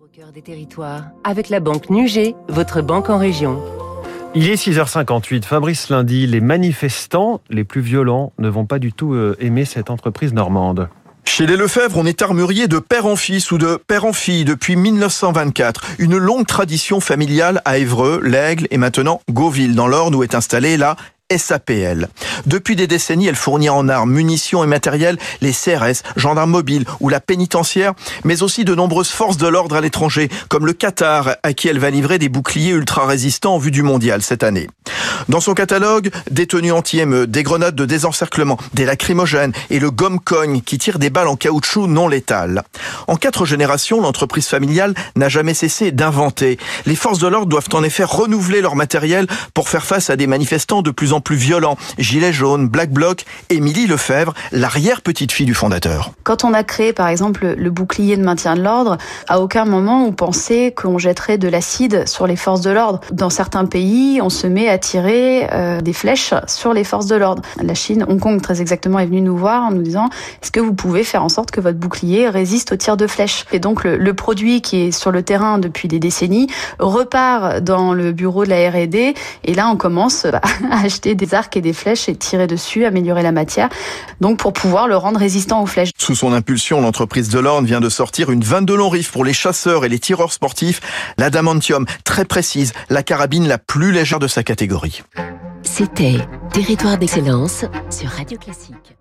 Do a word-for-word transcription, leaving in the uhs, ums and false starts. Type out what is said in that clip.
Au cœur des territoires, avec la banque Nugé, votre banque en région. Il est six heures cinquante-huit. Fabrice Lundy, les manifestants les plus violents ne vont pas du tout aimer cette entreprise normande. Chez les Lefebvre, on est armurier de père en fils ou de père en fille depuis mille neuf cent vingt-quatre. Une longue tradition familiale à Évreux, l'Aigle et maintenant Gauville, dans l'Orne où est installée la S A P L. Depuis des décennies, elle fournit en armes, munitions et matériel les C R S, gendarmes mobiles ou la pénitentiaire, mais aussi de nombreuses forces de l'ordre à l'étranger, comme le Qatar, à qui elle va livrer des boucliers ultra résistants en vue du mondial cette année. Dans son catalogue, des tenues anti-émeutes, des grenades de désencerclement, des lacrymogènes et le gomme-cogne qui tire des balles en caoutchouc non létales. En quatre générations, l'entreprise familiale n'a jamais cessé d'inventer. Les forces de l'ordre doivent en effet renouveler leur matériel pour faire face à des manifestants de plus en plus violents. Gilets jaunes, Black Bloc, Émilie Lefebvre, l'arrière-petite-fille du fondateur. Quand on a créé par exemple le bouclier de maintien de l'ordre, à aucun moment on pensait qu'on jetterait de l'acide sur les forces de l'ordre. Dans certains pays, on se met à tirer euh, des flèches sur les forces de l'ordre. La Chine, Hong Kong très exactement, est venue nous voir en nous disant est-ce que vous pouvez faire en sorte que votre bouclier résiste aux tirs de flèches. Et donc le, le produit qui est sur le terrain depuis des décennies repart dans le bureau de la R et D et là on commence bah, à acheter des arcs et des flèches et tirer dessus, améliorer la matière, donc pour pouvoir le rendre résistant aux flèches. Sous son impulsion, l'entreprise de l'Orne vient de sortir une vingt-deux long rifle pour les chasseurs et les tireurs sportifs, l'adamantium, très précise, la carabine la plus légère de sa catégorie. C'était Territoire d'excellence sur Radio Classique.